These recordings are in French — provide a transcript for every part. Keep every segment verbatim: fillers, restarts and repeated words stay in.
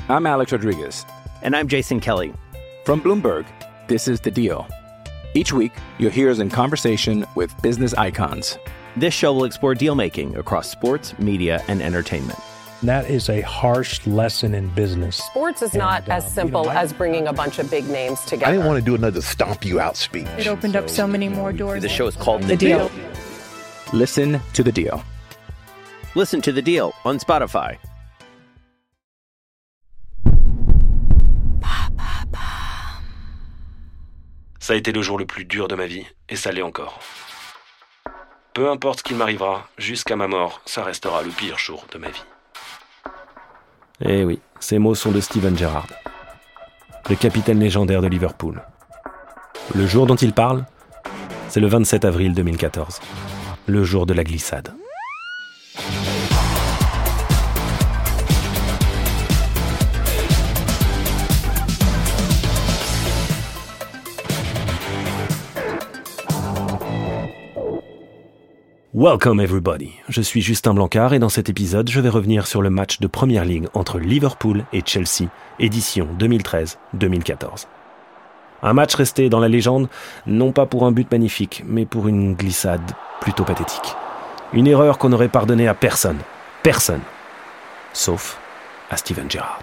I'm Alex Rodriguez. And I'm Jason Kelly. From Bloomberg, this is The Deal. Each week, you'll hear us in conversation with business icons. This show will explore deal-making across sports, media, and entertainment. That is a harsh lesson in business. Sports is not and, uh, as simple you know, I, as bringing a bunch of big names together. I didn't want to do another stomp you out speech. It opened up so many more doors. The show is called The, The Deal. Deal. Listen to The Deal. Listen to The Deal on Spotify. Ça a été le jour le plus dur de ma vie, et ça l'est encore. Peu importe ce qu'il m'arrivera, jusqu'à ma mort, ça restera le pire jour de ma vie. Eh oui, ces mots sont de Steven Gerrard, le capitaine légendaire de Liverpool. Le jour dont il parle, c'est le vingt-sept avril deux mille quatorze, le jour de la glissade. Welcome everybody, je suis Justin Blancard et dans cet épisode, je vais revenir sur le match de Première Ligue entre Liverpool et Chelsea, édition deux mille treize deux mille quatorze. Un match resté dans la légende, non pas pour un but magnifique, mais pour une glissade plutôt pathétique. Une erreur qu'on n'aurait pardonnée à personne, personne, sauf à Steven Gerrard.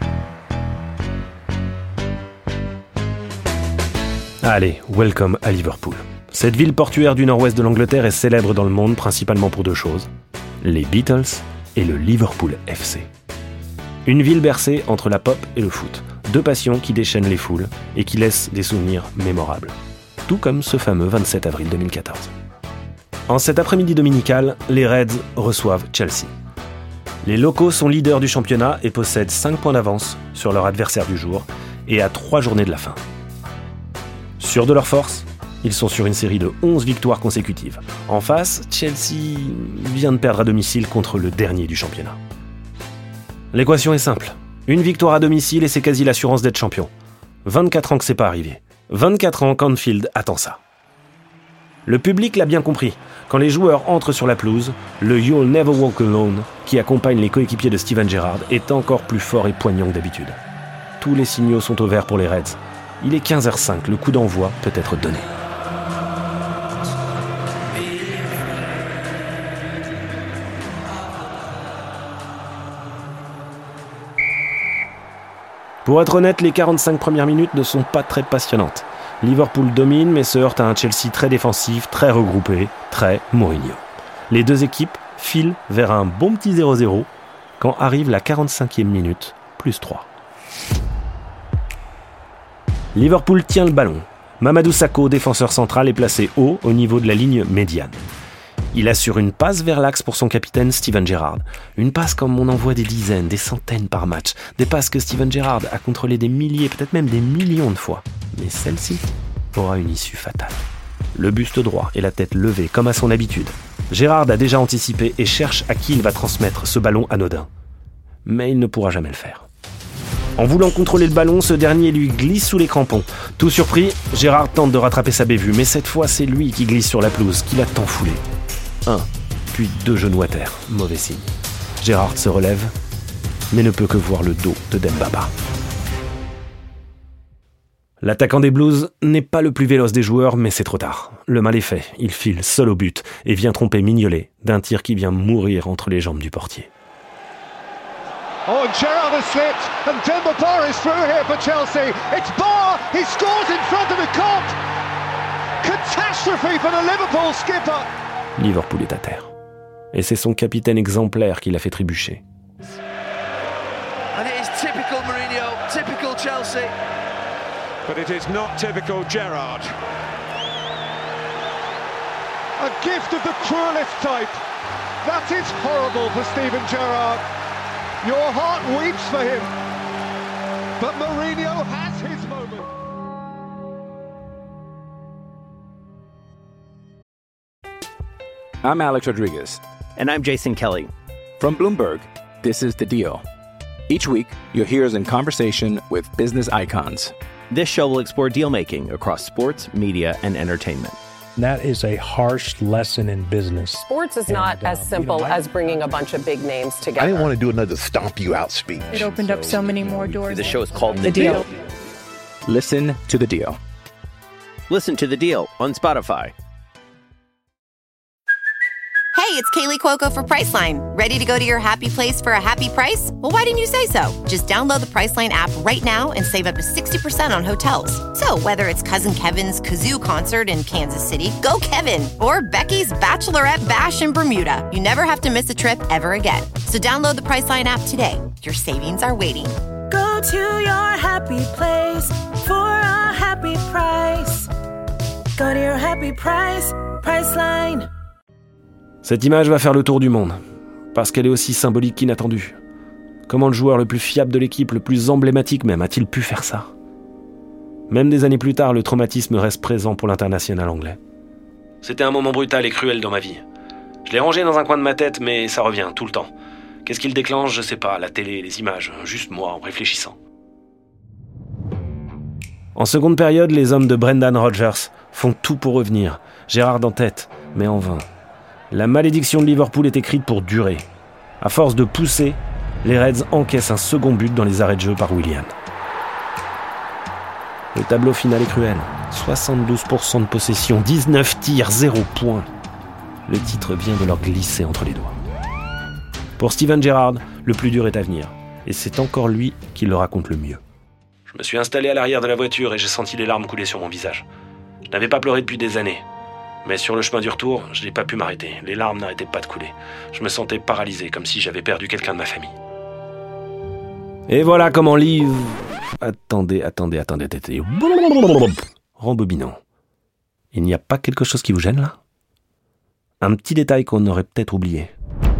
Allez, welcome à Liverpool. Cette ville portuaire du nord-ouest de l'Angleterre est célèbre dans le monde principalement pour deux choses, les Beatles et le Liverpool F C. Une ville bercée entre la pop et le foot, deux passions qui déchaînent les foules et qui laissent des souvenirs mémorables. Tout comme ce fameux vingt-sept avril deux mille quatorze. En cet après-midi dominical, les Reds reçoivent Chelsea. Les locaux sont leaders du championnat et possèdent cinq points d'avance sur leur adversaire du jour et à trois journées de la fin. Sûrs de leur force, ils sont sur une série de onze victoires consécutives. En face, Chelsea vient de perdre à domicile contre le dernier du championnat. L'équation est simple. Une victoire à domicile et c'est quasi l'assurance d'être champion. vingt-quatre ans que c'est pas arrivé. vingt-quatre ans qu'Anfield attend ça. Le public l'a bien compris. Quand les joueurs entrent sur la pelouse, le You'll Never Walk Alone, qui accompagne les coéquipiers de Steven Gerrard, est encore plus fort et poignant que d'habitude. Tous les signaux sont au vert pour les Reds. Il est quinze heures cinq, le coup d'envoi peut être donné. Pour être honnête, les quarante-cinq premières minutes ne sont pas très passionnantes. Liverpool domine mais se heurte à un Chelsea très défensif, très regroupé, très Mourinho. Les deux équipes filent vers un bon petit zéro zéro quand arrive la quarante-cinquième minute, plus trois. Liverpool tient le ballon. Mamadou Sakho, défenseur central, est placé haut au niveau de la ligne médiane. Il assure une passe vers l'axe pour son capitaine Steven Gerrard. Une passe comme on en voit des dizaines, des centaines par match. Des passes que Steven Gerrard a contrôlées des milliers, peut-être même des millions de fois. Mais celle-ci aura une issue fatale. Le buste droit et la tête levée comme à son habitude. Gerrard a déjà anticipé et cherche à qui il va transmettre ce ballon anodin. Mais il ne pourra jamais le faire. En voulant contrôler le ballon, ce dernier lui glisse sous les crampons. Tout surpris, Gerrard tente de rattraper sa bévue, mais cette fois c'est lui qui glisse sur la pelouse, qui l'a tant foulé. Un, puis deux genoux à terre, mauvais signe. Gerrard se relève, mais ne peut que voir le dos de Dembaba. L'attaquant des Blues n'est pas le plus véloce des joueurs, mais c'est trop tard. Le mal est fait, il file seul au but et vient tromper Mignolet d'un tir qui vient mourir entre les jambes du portier. Oh, and Gerrard has slipped, and Demba Ba is through here for Chelsea. It's Ba, he scores in front of the Kop. Catastrophe for the Liverpool skipper. Liverpool est à terre. Et c'est son capitaine exemplaire qui l'a fait trébucher. And it is typical Mourinho, typical Chelsea. But it is not typical Gerrard. A gift of the cruelest type. That is horrible for Steven Gerrard. Your heart weeps for him. But Mourinho has his moment. I'm Alex Rodriguez. And I'm Jason Kelly. From Bloomberg, this is The Deal. Each week, you'll hear us in conversation with business icons. This show will explore deal-making across sports, media, and entertainment. That is a harsh lesson in business. Sports is not And, uh, as simple you know, I- as bringing a bunch of big names I together. didn't want to do another stomp you out speech. It opened up so many more doors. The show is called The Deal. Listen to the deal. Listen to The Deal on Spotify. Hey, it's Kaylee Cuoco for Priceline. Ready to go to your happy place for a happy price? Well, why didn't you say so? Just download the Priceline app right now and save up to sixty percent on hotels. So whether it's Cousin Kevin's Kazoo Concert in Kansas City, go Kevin, or Becky's Bachelorette Bash in Bermuda, you never have to miss a trip ever again. So download the Priceline app today. Your savings are waiting. Go to your happy place for a happy price. Go to your happy price, Priceline. Cette image va faire le tour du monde, parce qu'elle est aussi symbolique qu'inattendue. Comment le joueur le plus fiable de l'équipe, le plus emblématique même, a-t-il pu faire ça ? Même des années plus tard, le traumatisme reste présent pour l'international anglais. C'était un moment brutal et cruel dans ma vie. Je l'ai rangé dans un coin de ma tête, mais ça revient tout le temps. Qu'est-ce qui le déclenche ? Je sais pas, la télé, les images, juste moi en réfléchissant. En seconde période, les hommes de Brendan Rodgers font tout pour revenir. Gerrard en tête, mais en vain. La malédiction de Liverpool est écrite pour durer. À force de pousser, les Reds encaissent un second but dans les arrêts de jeu par Willian. Le tableau final est cruel. soixante-douze pour cent de possession, dix-neuf tirs, zéro point. Le titre vient de leur glisser entre les doigts. Pour Steven Gerrard, le plus dur est à venir. Et c'est encore lui qui le raconte le mieux. Je me suis installé à l'arrière de la voiture et j'ai senti les larmes couler sur mon visage. Je n'avais pas pleuré depuis des années. Mais sur le chemin du retour, je n'ai pas pu m'arrêter. Les larmes n'arrêtaient pas de couler. Je me sentais paralysé, comme si j'avais perdu quelqu'un de ma famille. Et voilà comment Liv... Attendez, attendez, attendez, attendez. Rembobinons. Il n'y a pas quelque chose qui vous gêne, là ? Un petit détail qu'on aurait peut-être oublié.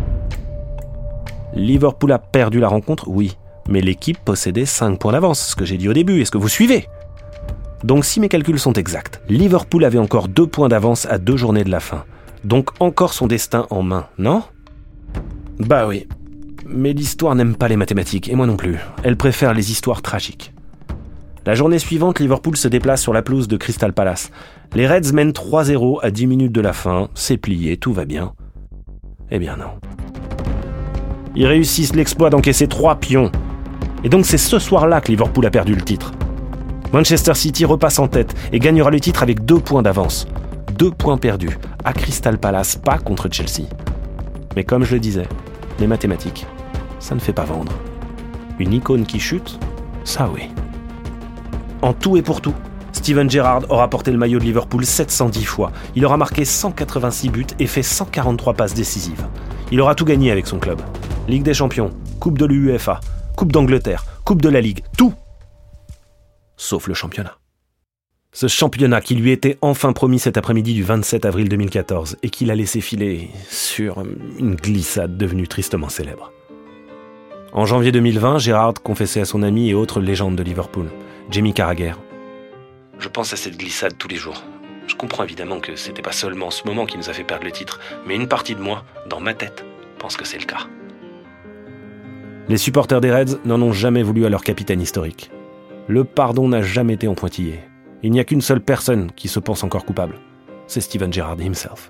Liverpool a perdu la rencontre, oui. Mais l'équipe possédait cinq points d'avance, ce que j'ai dit au début. Est-ce que vous suivez ? Donc si mes calculs sont exacts, Liverpool avait encore deux points d'avance à deux journées de la fin. Donc encore son destin en main, non ? Bah oui. Mais l'histoire n'aime pas les mathématiques, et moi non plus. Elle préfère les histoires tragiques. La journée suivante, Liverpool se déplace sur la pelouse de Crystal Palace. Les Reds mènent trois zéro à dix minutes de la fin, c'est plié, tout va bien. Eh bien non. Ils réussissent l'exploit d'encaisser trois pions. Et donc c'est ce soir-là que Liverpool a perdu le titre. Manchester City repasse en tête et gagnera le titre avec deux points d'avance. Deux points perdus, à Crystal Palace, pas contre Chelsea. Mais comme je le disais, les mathématiques, ça ne fait pas vendre. Une icône qui chute, ça oui. En tout et pour tout, Steven Gerrard aura porté le maillot de Liverpool sept cent dix fois. Il aura marqué cent quatre-vingt-six buts et fait cent quarante-trois passes décisives. Il aura tout gagné avec son club. Ligue des Champions, Coupe de l'U E F A, Coupe d'Angleterre, Coupe de la Ligue, tout. Sauf le championnat. Ce championnat qui lui était enfin promis cet après-midi du vingt-sept avril deux mille quatorze et qu'il a laissé filer sur une glissade devenue tristement célèbre. En janvier deux mille vingt, Gerrard confessait à son ami et autre légende de Liverpool, Jamie Carragher. « Je pense à cette glissade tous les jours. Je comprends évidemment que c'était pas seulement ce moment qui nous a fait perdre le titre, mais une partie de moi, dans ma tête, pense que c'est le cas. » Les supporters des Reds n'en ont jamais voulu à leur capitaine historique. Le pardon n'a jamais été en pointillé. Il n'y a qu'une seule personne qui se pense encore coupable. C'est Steven Gerrard himself.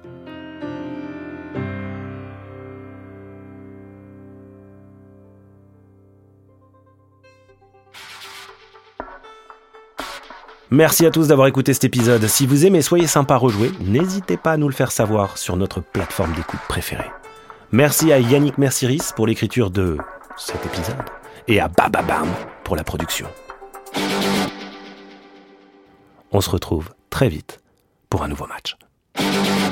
Merci à tous d'avoir écouté cet épisode. Si vous aimez Soyez sympa rejouer, n'hésitez pas à nous le faire savoir sur notre plateforme d'écoute préférée. Merci à Yannick Mercieris pour l'écriture de cet épisode et à Bababam pour la production. On se retrouve très vite pour un nouveau match.